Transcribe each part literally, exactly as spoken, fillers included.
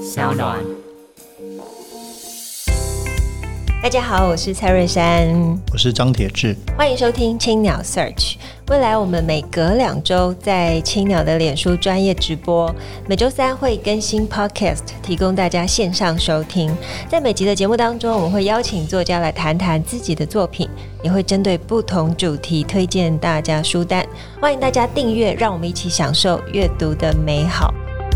小暖。 大家好，我是蔡瑞珊， 我是张铁志， 欢迎收听青鸟 Search。未来我们每隔两周在青鸟的脸书专页直播，每周三会更新 Podcast， 提供大家线上收听。在每集的节目当中，我们会邀请作家来谈谈自己的作品，也会针对不同主题推荐大家书单。欢迎大家订阅，让我们一起享受阅读的美好。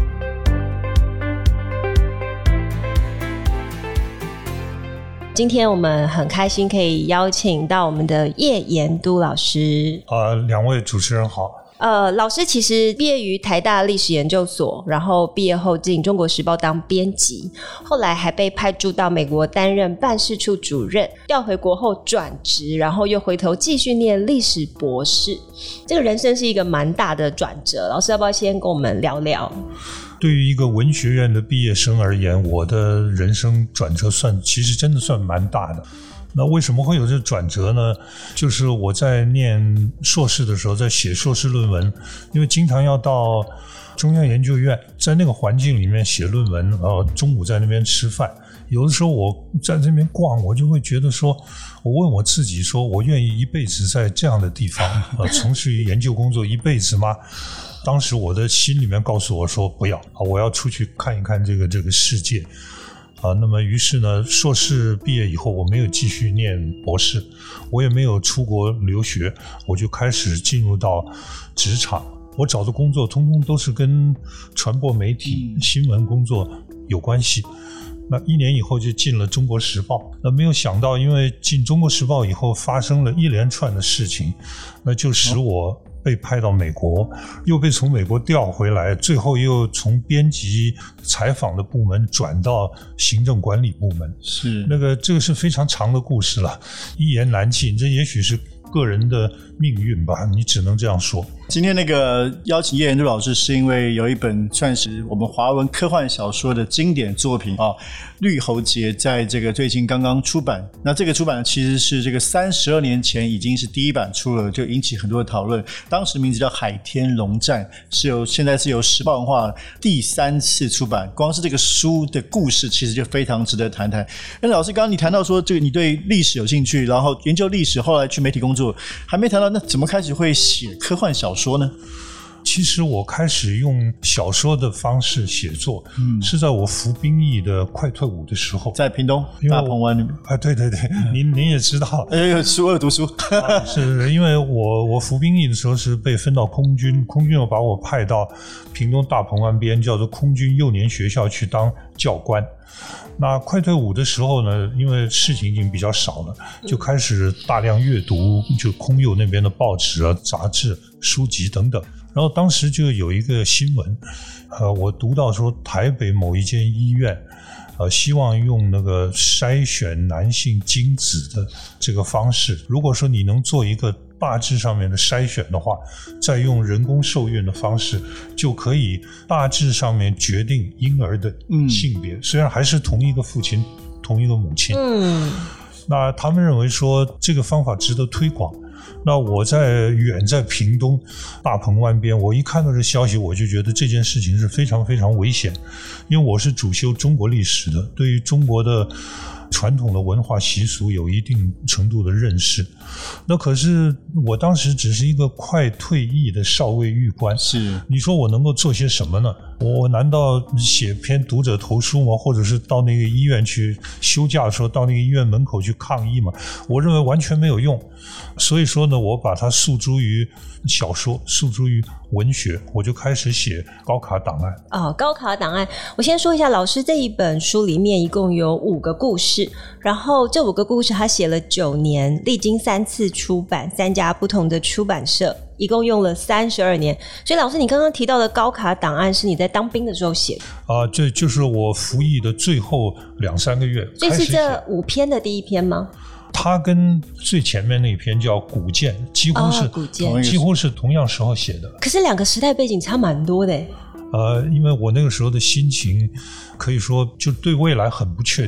今天我们很开心可以邀请到我们的叶延都老师。 呃，两位主持人好。 呃，老师其实毕业于台大历史研究所，然后毕业后进中国时报当编辑，后来还被派驻到美国担任办事处主任，调回国后转职，然后又回头继续念历史博士。这个人生是一个蛮大的转折，老师要不要先跟我们聊聊？ 对于一个文学院的毕业生而言，我的人生转折算其实真的算蛮大的。那为什么会有这转折呢？就是我在念硕士的时候，在写硕士论文，因为经常要到中央研究院，在那个环境里面写论文，然后中午在那边吃饭。有的时候我在这边逛，我就会觉得说，我问我自己说，我愿意一辈子在这样的地方呃，从事于研究工作一辈子吗？当时我的心里面告诉我说不要，我要出去看一看这个这个世界啊。那么于是呢，硕士毕业以后，我没有继续念博士，我也没有出国留学，我就开始进入到职场。我找的工作通通都是跟传播媒体、嗯、新闻工作有关系。那一年以后就进了中国时报，那没有想到因为进中国时报以后发生了一连串的事情，那就使我被派到美国，又被从美国调回来，最后又从编辑采访的部门转到行政管理部门。 是那个这个是非常长的故事了，一言难尽，这也许是个人的命运吧，你只能这样说。 今天那个邀请叶延都老师，是因为有一本算是我们华文科幻小说的经典作品啊，《绿喉节》在这个最近刚刚出版。那这个出版其实是这个三十二年前已经是第一版出了，就引起很多的讨论。当时名字叫《海天龙战》，是由现在是由时报文化第三次出版。光是这个书的故事，其实就非常值得谈谈。那老师刚刚你谈到说，这个你对历史有兴趣，然后研究历史，后来去媒体工作，还没谈到那怎么开始会写科幻小说？说呢？ 其实我开始用小说的方式写作，嗯，是在我服兵役的快退伍的时候， 在屏东大鹏湾里面。 啊，对对对，嗯、您您也知道， 呃，书有读书， 啊、是因为我我服兵役的时候是被分到空军，空军又把我派到屏东大鹏湾边，叫做空军幼年学校去当教官。那快退伍的时候呢，因为事情已经比较少了，就开始大量阅读就空幼那边的报纸啊、杂志、书籍等等。然后当时就有一个新闻，呃，我读到说台北某一间医院，呃，希望用那个筛选男性精子的这个方式，如果说你能做一个大致上面的筛选的话，再用人工受孕的方式，就可以大致上面决定婴儿的性别，嗯、虽然还是同一个父亲、同一个母亲。嗯，那他们认为说这个方法值得推广。那我在远在屏东大鹏湾边，我一看到这消息，我就觉得这件事情是非常非常危险，因为我是主修中国历史的，对于中国的传统的文化习俗有一定程度的认识。那可是我当时只是一个快退役的少尉狱官，是你说我能够做些什么呢？我难道写篇读者投书吗？或者是到那个医院去休假的时候到那个医院门口去抗议吗？我认为完全没有用。所以说呢，我把它诉诸于小说，诉诸于文学，我就开始写高卡档案。 哦，高卡档案，我先说一下，老师这一本书里面一共有五个故事，然后这五个故事他写了九年，历经三次出版，三家不同的出版社，一共用了三十二年。所以老师，你刚刚提到的高卡档案是你在当兵的时候写的啊、呃？这就是我服役的最后两三个月。 所以是这五篇的第一篇吗？ 它跟最前面那篇叫《古剑》几乎是、哦、几乎是同样时候写的。 可是两个时代背景差蛮多的耶。 呃，因为我那个时候的心情可以说就对未来很不确定，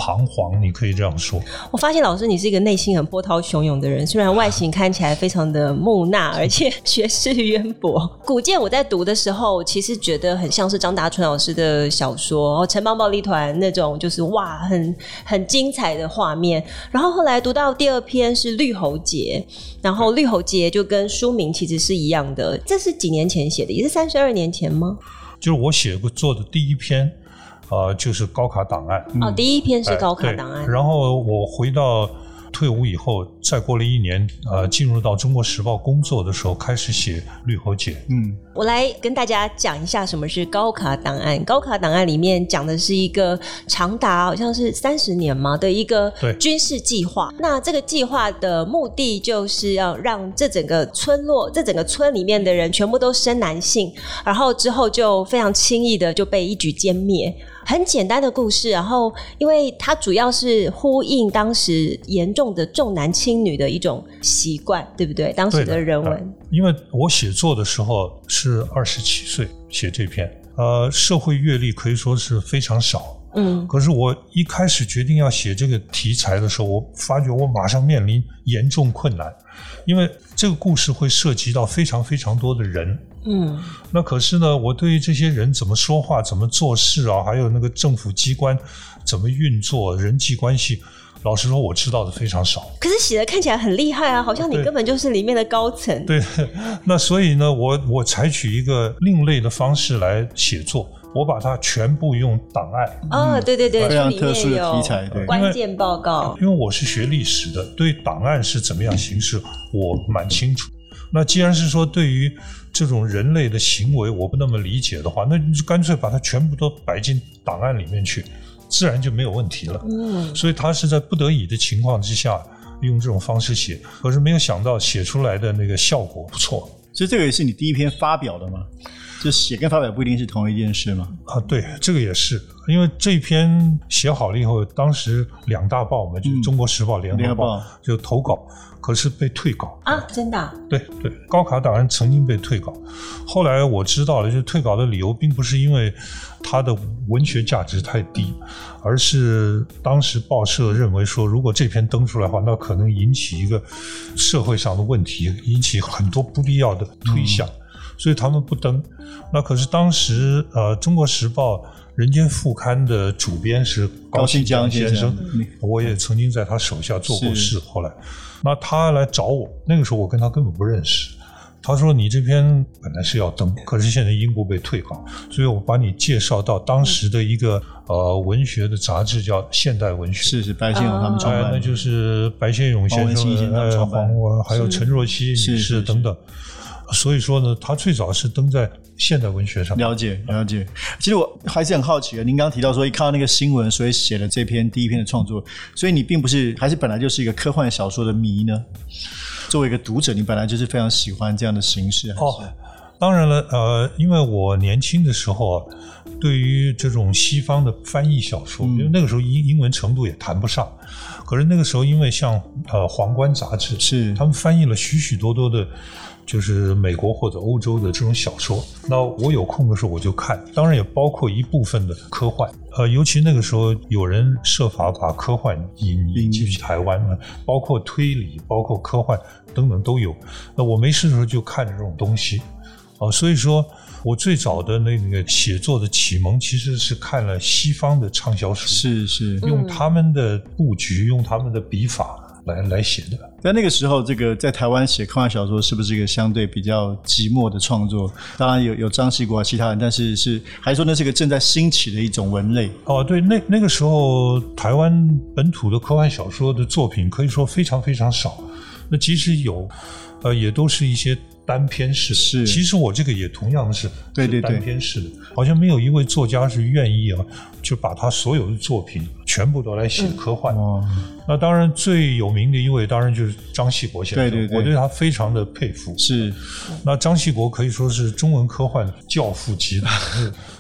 彷徨，你可以这样说。 我发现老师你是一个内心很波涛汹涌的人，虽然外形看起来非常的木讷，而且学识渊博。古剑我在读的时候，其实觉得很像是张达春老师的小说，哦，城邦暴力团那种，就是哇，很很精彩的画面。然后后来读到第二篇是绿喉节，然后绿喉节就跟书名其实是一样的。这是几年前写的，也是三十二年前吗？ 就是我写过做的第一篇，呃，就是高卡档案。 哦，第一篇是高卡档案。 哎、然后我回到退伍以后，再过了一年，呃，进入到中国时报工作的时候，开始写绿喉节。 嗯，我来跟大家讲一下什么是高卡档案。高卡档案里面讲的是一个长达好像是三十年嘛的一个军事计划。那这个计划的目的就是要让这整个村落、这整个村里面的人全部都生男性，然后之后就非常轻易的就被一举歼灭。很简单的故事，然后因为它主要是呼应当时严重的重男轻女的一种习惯，对不对？当时的人文。 呃、因为我写作的时候是二十七岁写这篇，呃，社会阅历可以说是非常少。嗯，可是我一开始决定要写这个题材的时候，我发觉我马上面临严重困难，因为这个故事会涉及到非常非常多的人。嗯，那可是呢，我对于这些人怎么说话、怎么做事啊，还有那个政府机关怎么运作、人际关系，老实说我知道的非常少。 可是写的看起来很厉害啊，好像你根本就是里面的高层。 对，那所以呢，我我采取一个另类的方式来写作。我把它全部用档案。 哦，对对对， 非常特殊的题材，对， 关键报告。 因为我是学历史的，对档案是怎么样形式，我蛮清楚。那既然是说对于这种人类的行为我不那么理解的话，那就干脆把它全部都摆进档案里面去，自然就没有问题了。嗯，所以他是在不得已的情况之下用这种方式写，可是没有想到写出来的那个效果不错。 所以这个也是你第一篇发表的吗？就写跟发表不一定是同一件事吗？ 啊，对，这个也是，因为这篇写好了以后，当时两大报嘛，就是《中国时报》、《联合报》就投稿，可是被退稿啊，真的、啊？ 对对，高卡档案曾经被退稿，后来我知道了，就退稿的理由并不是因为它的文学价值太低，而是当时报社认为说，如果这篇登出来的话，那可能引起一个社会上的问题，引起很多不必要的推想。嗯，所以他们不登。那可是当时呃，《中国时报》人间副刊的主编是高信江先生，我也曾经在他手下做过事。后来，那他来找我，那个时候我跟他根本不认识。他说：“你这篇本来是要登，可是现在因故被退稿，所以我把你介绍到当时的一个呃文学的杂志，叫《现代文学》。 是是，白先勇他们创办的， 那就是白先勇先生、呃黄文，还有陈若曦女士等等。”所以说呢，他最早是登在现代文学上。 了解了解。其实我还是很好奇的，您刚刚提到说一看到那个新闻，所以写了这篇第一篇的创作，所以你并不是，还是本来就是一个科幻小说的迷呢？作为一个读者，你本来就是非常喜欢这样的形式。 哦，当然了，呃，因为我年轻的时候啊，对于这种西方的翻译小说，嗯、因为那个时候英英文程度也谈不上，可是那个时候因为像呃《皇冠》杂志， 是他们翻译了许许多多的。就是美国或者欧洲的这种小说，那我有空的时候我就看，当然也包括一部分的科幻，呃，尤其那个时候有人设法把科幻引引进台湾，包括推理，包括科幻等等都有。那我没事的时候就看这种东西，啊、呃，所以说我最早的那个写作的启蒙其实是看了西方的畅销书， 是是， 用他们的布局，用他们的笔法。来来写的， 在那个时候，这个在台湾写科幻小说是不是一个相对比较寂寞的创作？当然有有张系国啊，其他人，但是是还是说那是一个正在兴起的一种文类。 哦，对，那那个时候台湾本土的科幻小说的作品可以说非常非常少。那即使有，呃，也都是一些单篇式的。 是， 其实我这个也同样是， 对对对， 单篇式的，好像没有一位作家是愿意啊，就把他所有的作品全部都来写科幻。嗯、那当然最有名的一位，当然就是张系国先生。 对对对， 我对他非常的佩服。 是， 那张系国可以说是中文科幻教父级的。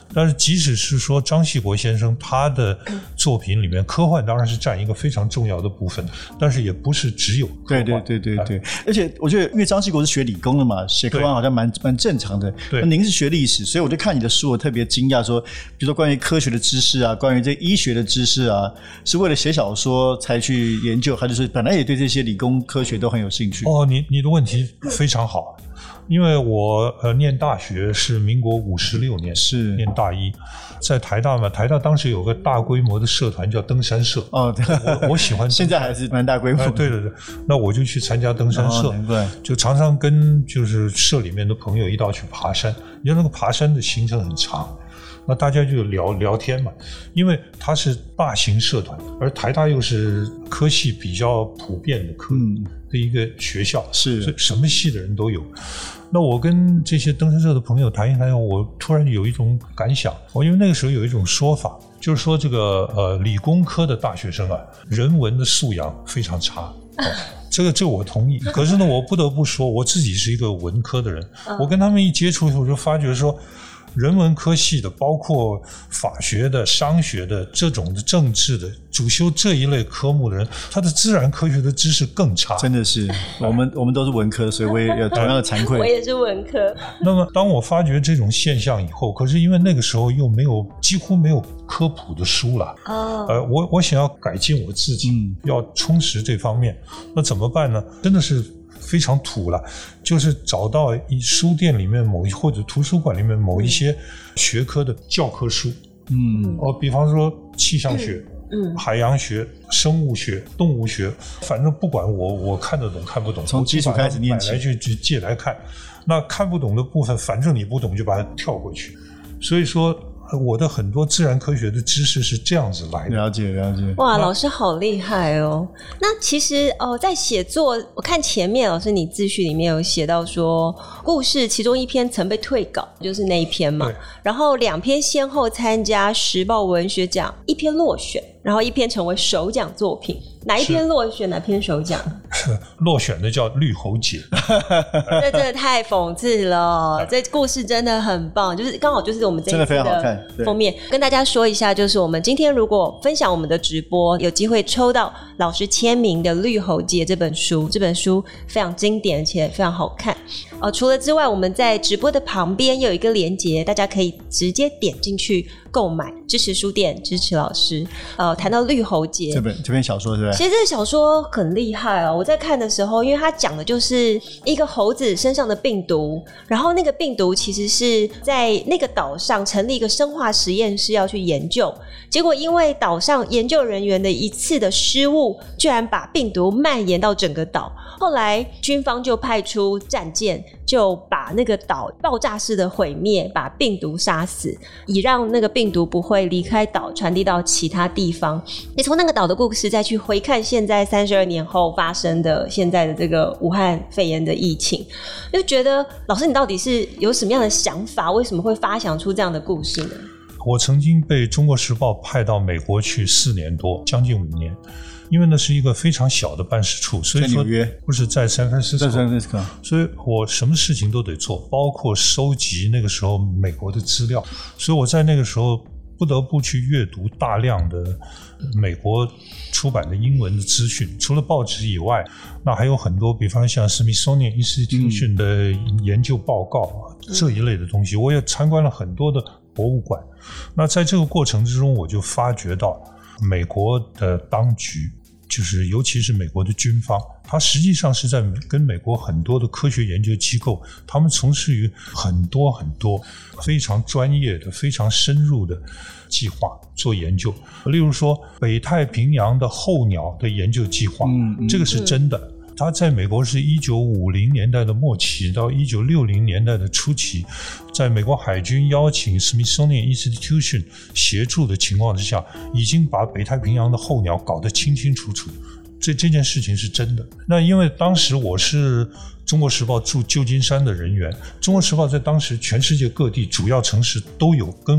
但是即使是说张系国先生他的作品里面，科幻当然是占一个非常重要的部分，但是也不是只有科幻。 对对对对对，而且我觉得因为张系国是学理工的嘛，写科幻好像蛮蛮正常的。 对， 那您是学历史，所以我就看你的书，我特别惊讶说，比如说关于科学的知识啊，关于这医学的知识啊，是为了写小说才去研究，还是说本来也对这些理工科学都很有兴趣？ 哦，你你的问题非常好。因为我呃念大学是民国五十六年， 是念大一，在台大嘛，台大当时有个大规模的社团叫登山社。 哦，对， 我我喜欢， 现在还是蛮大规模的、 呃。对对对，那我就去参加登山社， 哦、难怪就常常跟就是社里面的朋友一道去爬山。你知道那个爬山的行程很长。那大家就聊聊天嘛，因为它是大型社团，而台大又是科系比较普遍的科的一个学校， 嗯、是， 所以什么系的人都有。那我跟这些登山社的朋友谈一谈，我突然有一种感想，我因为那个时候有一种说法，就是说这个呃理工科的大学生啊，人文的素养非常差。哦这个这个我同意，可是呢，我不得不说，我自己是一个文科的人，我跟他们一接触，我就发觉说。人文科系的，包括法学的、商学的这种的政治的，主修这一类科目的人，他的自然科学的知识更差。 真的是，我们我们都是文科，所以我也有同样的惭愧。 我也是文科。 那么，当我发觉这种现象以后，可是因为那个时候又没有几乎没有科普的书了，哦，呃，我我想要改进我自己，嗯，要充实这方面，那怎么办呢？真的是。非常土了，就是找到书店里面某一或者图书馆里面某一些学科的教科书，嗯，哦，比方说气象学、嗯嗯、海洋学、生物学、动物学，反正不管我我看得懂看不懂， 从基础开始念起， 买来就借来看。那看不懂的部分，反正你不懂就把它跳过去。所以说。我的很多自然科学的知识是这样子来的。 了解了解。 哇，老师好厉害哦！那其实哦，在写作，我看前面老师你自序里面有写到说，故事其中一篇曾被退稿，就是那一篇嘛。然后两篇先后参加时报文学奖，一篇落选，然后一篇成为首奖作品。哪一篇落选，哪篇首奖？ 落选的叫《绿喉节》。 这真的太讽刺了，这故事真的很棒，就是刚好就是我们这一次的封面。跟大家说一下，就是我们今天如果分享我们的直播，有机会抽到老师签名的《绿喉节》这本书，这本书非常经典而且非常好看。呃，除了之外，我们在直播的旁边有一个连结，大家可以直接点进去购买，支持书店，支持老师。呃，谈到《绿喉节》 这本这篇小说是不是？ 其实这个小说很厉害哦，我在看的时候，因为它讲的就是一个猴子身上的病毒，然后那个病毒其实是在那个岛上成立一个生化实验室要去研究，结果因为岛上研究人员的一次的失误，居然把病毒蔓延到整个岛。后来军方就派出战舰，就把那个岛爆炸式的毁灭，把病毒杀死，以让那个病毒不会离开岛传递到其他地方。你从那个岛的故事再去回看现在三十二年后发生的现在的这个武汉肺炎的疫情，就觉得老师你到底是有什么样的想法，为什么会发想出这样的故事呢？ 我曾经被中国时报派到美国去四年多，将近五年，因为那是一个非常小的办事处，所以说不是在三藩市， 在三藩市， 所以我什么事情都得做，包括收集那个时候美国的资料，所以我在那个时候不得不去阅读大量的美国出版的英文的资讯，除了报纸以外，那还有很多比方像 Smithsonian Institution 的研究报告、嗯、这一类的东西，我也参观了很多的博物馆。那在这个过程之中，我就发觉到美国的当局，就是尤其是美国的军方，它实际上是在跟美国很多的科学研究机构，他们从事于很多很多非常专业的非常深入的计划做研究。例如说北太平洋的候鸟的研究计划、嗯嗯、这个是真的，它在美国是一九五零年代的末期到一九六零年代的初期，在美国海军邀请 Smithsonian Institution 协助的情况之下，已经把北太平洋的候鸟搞得清清楚楚，这这件事情是真的。那因为当时我是中国时报驻旧金山的人员，中国时报在当时全世界各地主要城市都有跟我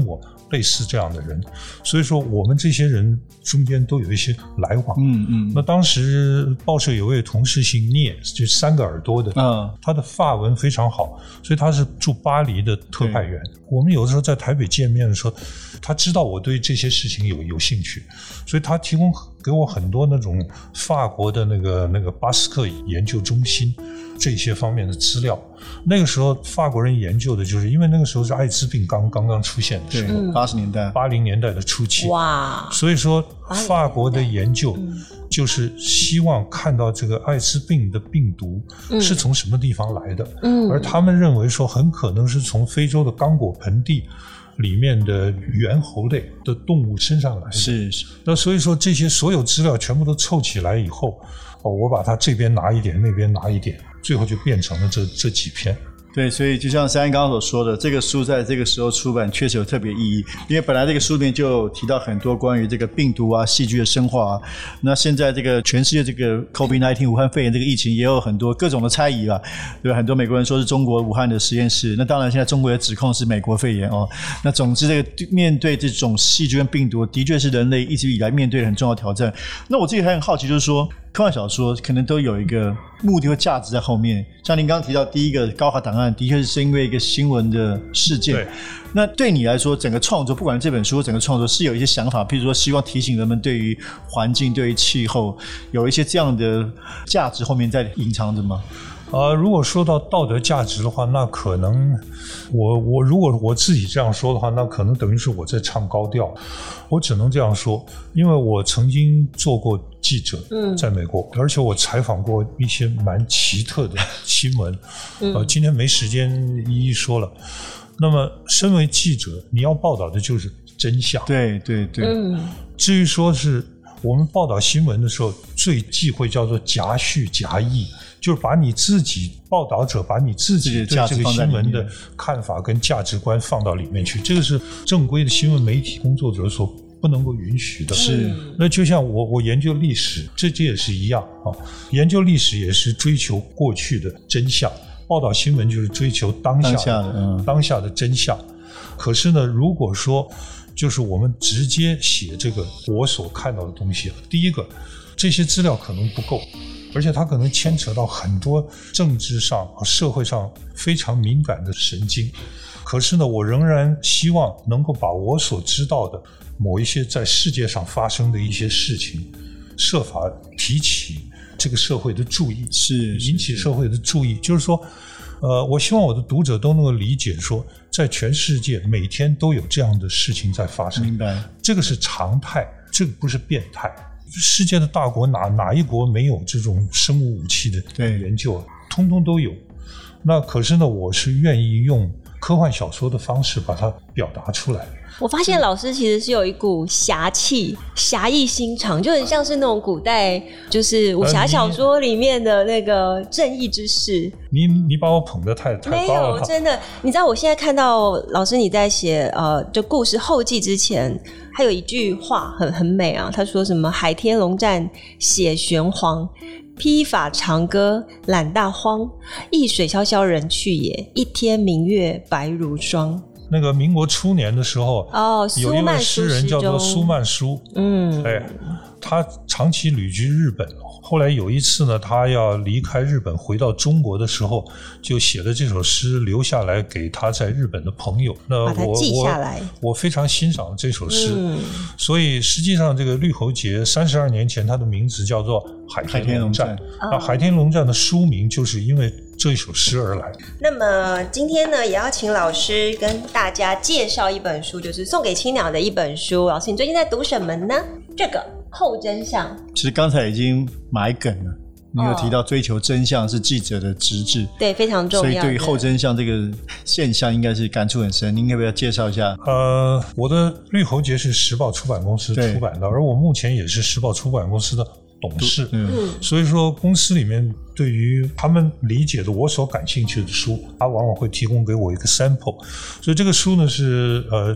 类似这样的人，所以说我们这些人中间都有一些来往。 嗯嗯。 那当时报社有位同事姓聂，就三个耳朵的，嗯，他的法文非常好，所以他是驻巴黎的特派员。我们有的时候在台北见面的时候，他知道我对这些事情有有兴趣，所以他提供给我很多那种法国的那个那个巴斯克研究中心这些方面的资料。那个时候法国人研究的就是，因为那个时候是艾滋病刚刚刚出现的时候， 八十年代、 八零年代的初期， 哇！ 所以说法国的研究就是希望看到这个艾滋病的病毒是从什么地方来的，嗯，而他们认为说很可能是从非洲的刚果盆地里面的猿猴类的动物身上来的。 是是。 那所以说这些所有资料全部都凑起来以后，哦，我把它这边拿一点，那边拿一点，最后就变成了这这几篇。 对，所以就像珊珊刚刚所说的，这个书在这个时候出版确实有特别意义，因为本来这个书里面就提到很多关于这个病毒啊、细菌的生化啊，那现在这个全世界这个 COVID 十九 武汉肺炎这个疫情也有很多各种的猜疑吧，对吧？很多美国人说是中国武汉的实验室，那当然现在中国也指控是美国肺炎哦。那总之这个面对这种细菌跟病毒，的确是人类一直以来面对的很重要的挑战。那我自己还很好奇，就是说科幻小说可能都有一个目的和价值在后面，像您刚刚提到第一个高卡档案，的确是因为一个新闻的事件。 对， 那对你来说，整个创作，不管这本书整个创作是有一些想法，譬如说希望提醒人们对于环境、对于气候有一些这样的价值后面在隐藏着吗？ 呃，如果说到道德价值的话，那可能我我如果我自己这样说的话，那可能等于是我在唱高调。我只能这样说，因为我曾经做过记者，在美国，嗯、而且我采访过一些蛮奇特的新闻，嗯、呃，今天没时间一一说了。那么，身为记者，你要报道的就是真相。 对对对。 嗯。 至于说是我们报道新闻的时候，最忌讳叫做夹叙夹议。就是把你自己报道者把你自己对这个新闻的看法跟价值观放到里面去，这个是正规的新闻媒体工作者所不能够允许的。 是， 那就像我我研究历史，这这也是一样啊。研究历史也是追求过去的真相，报道新闻就是追求当下的当下的、嗯、当下的真相。可是呢，如果说就是我们直接写这个我所看到的东西，第一个，这些资料可能不够。而且它可能牵扯到很多政治上和社会上非常敏感的神经，可是呢，我仍然希望能够把我所知道的某一些在世界上发生的一些事情，设法提起这个社会的注意， 是引起社会的注意。就是说，呃，我希望我的读者都能够理解说，在全世界每天都有这样的事情在发生， 明白？ 这个是常态，这个不是变态。世界的大国哪哪一国没有这种生物武器的研究啊？通通都有。那可是呢，我是愿意用科幻小说的方式把它表达出来。 我发现老师其实是有一股侠气、侠义心肠，就很像是那种古代就是武侠小说里面的那个正义之士。 你你把我捧得太太高了。 没有，真的。你知道我现在看到老师你在写呃就故事后记之前，还有一句话很很美啊，他说什么海天龙战血玄黄，披发长歌揽大荒，一水潇潇人去也，一天明月白如霜。 那个民国初年的时候， 哦， 有一位诗人叫做苏曼殊，嗯，哎，他长期旅居日本，后来有一次呢，他要离开日本回到中国的时候，就写了这首诗留下来给他在日本的朋友。那把它记下来。 我我非常欣赏这首诗，嗯、所以实际上这个绿喉节三十二年前，它的名字叫做海天龙战。那海天龙战的书名就是因为这一首诗而来。 那么今天呢，也要请老师跟大家介绍一本书，就是送给青鸟的一本书。老师，你最近在读什么呢？这个后真相。 其实刚才已经埋梗了，你有提到追求真相是记者的职责， 对，非常重要。 所以对于后真相这个现象，应该是感触很深。您要不要介绍一下？ 呃，我的绿喉节是时报出版公司出版的，而我目前也是时报出版公司的董事，嗯，所以说公司里面对于他们理解的我所感兴趣的书，他往往会提供给我一个 sample。所以这个书呢是呃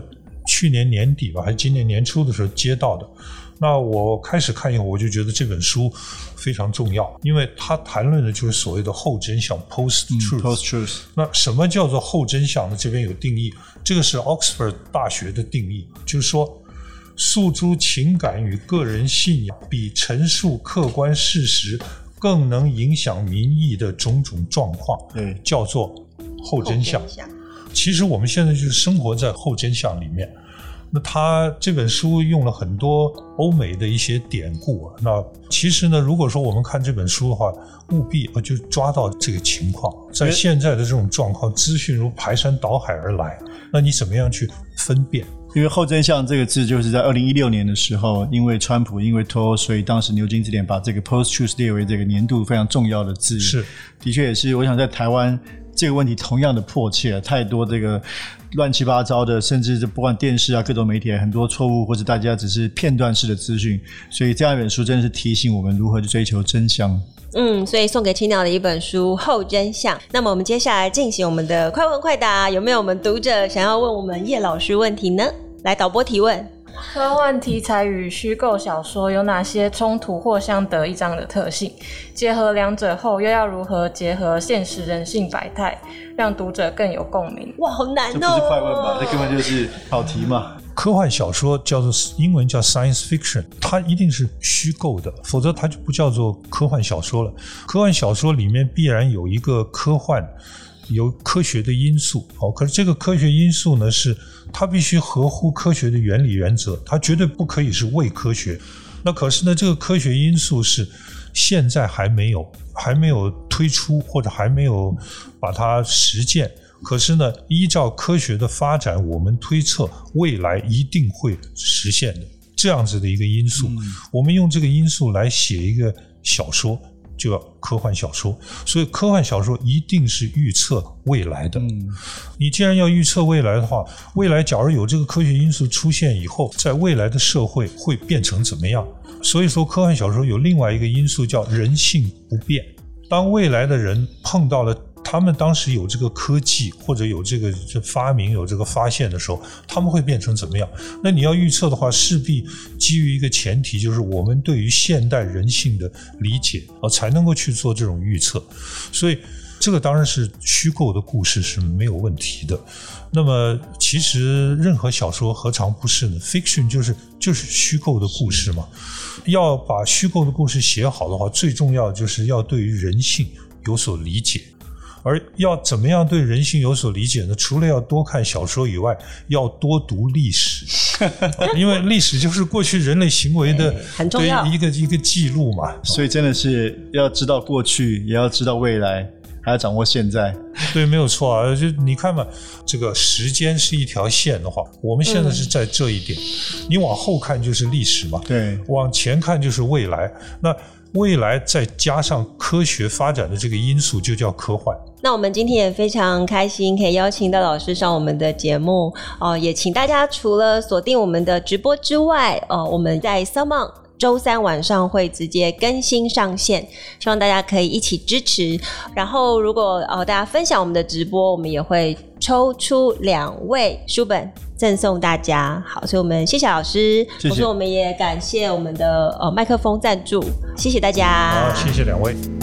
去年年底吧，还是今年年初的时候接到的。那我开始看以后，我就觉得这本书非常重要，因为它谈论的就是所谓的后真相 post truth、 嗯、post truth。 那什么叫做后真相呢？这边有定义，这个是 Oxford 大学的定义，就是说诉诸情感与个人信仰比陈述客观事实更能影响民意的种种状况， 对， 叫做后真相。其实我们现在就是生活在后真相里面。那他这本书用了很多欧美的一些典故，那其实呢，如果说我们看这本书的话，务必就抓到这个情况。在现在的这种状况，资讯如排山倒海而来，那你怎么样去分辨？ 因为后真相这个字就是在二零一六年的时候，因为川普因为脱欧，所以当时牛津字典把这个 post truth 列为这个年度非常重要的字。 是， 的确也是，我想在台湾这个问题同样的迫切，太多这个乱七八糟的，甚至不管电视啊各种媒体很多错误，或者大家只是片段式的资讯，所以这样一本书真的是提醒我们如何去追求真相。 嗯，所以送给青鸟的一本书《后真相》。那么我们接下来进行我们的快问快答，有没有我们读者想要问我们叶老师问题呢？来，导播提问。 科幻题材与虚构小说有哪些冲突或相得益彰的特性？结合两者后，又要如何结合现实人性百态，让读者更有共鸣？ 哇，好难哦！ 这不是快问吧？这根本就是考题嘛。 科幻小说叫做英文叫 science fiction， 它一定是虚构的，否则它就不叫做科幻小说了。科幻小说里面必然有一个科幻，有科学的因素，哦，可是这个科学因素呢，是它必须合乎科学的原理原则，它绝对不可以是伪科学。那可是呢，这个科学因素是现在还没有还没有推出，或者还没有把它实践。可是呢，依照科学的发展，我们推测未来一定会实现的这样子的一个因素，嗯，我们用这个因素来写一个小说，就叫科幻小说。所以科幻小说一定是预测未来的，嗯，你既然要预测未来的话，未来假如有这个科学因素出现以后，在未来的社会会变成怎么样？所以说科幻小说有另外一个因素叫人性不变。当未来的人碰到了他们当时有这个科技或者有这个发明有这个发现的时候，他们会变成怎么样？那你要预测的话，势必基于一个前提，就是我们对于现代人性的理解，呃，才能够去做这种预测。所以这个当然是虚构的故事是没有问题的。那么其实任何小说何尝不是呢？ Fiction 就是就是虚构的故事嘛。要把虚构的故事写好的话，最重要就是要对于人性有所理解。而要怎么样对人性有所理解呢？除了要多看小说以外，要多读历史，因为历史就是过去人类行为的很重要一个一个记录嘛。 所以真的是要知道过去，也要知道未来，还要掌握现在。 对，没有错啊。就你看嘛，这个时间是一条线的话，我们现在是在这一点，嗯，你往后看就是历史嘛， 对， 往前看就是未来。那未来再加上科学发展的这个因素，就叫科幻。 那我们今天也非常开心可以邀请到老师上我们的节目，呃、也请大家除了锁定我们的直播之外，呃、我们在 SoundOn周三晚上会直接更新上线，希望大家可以一起支持。然后如果、呃、大家分享我们的直播，我们也会抽出两位书本赠送大家。好，所以我们谢谢老师， 谢谢。 同时我们也感谢我们的、呃、麦克风赞助，谢谢大家。 好，谢谢两位。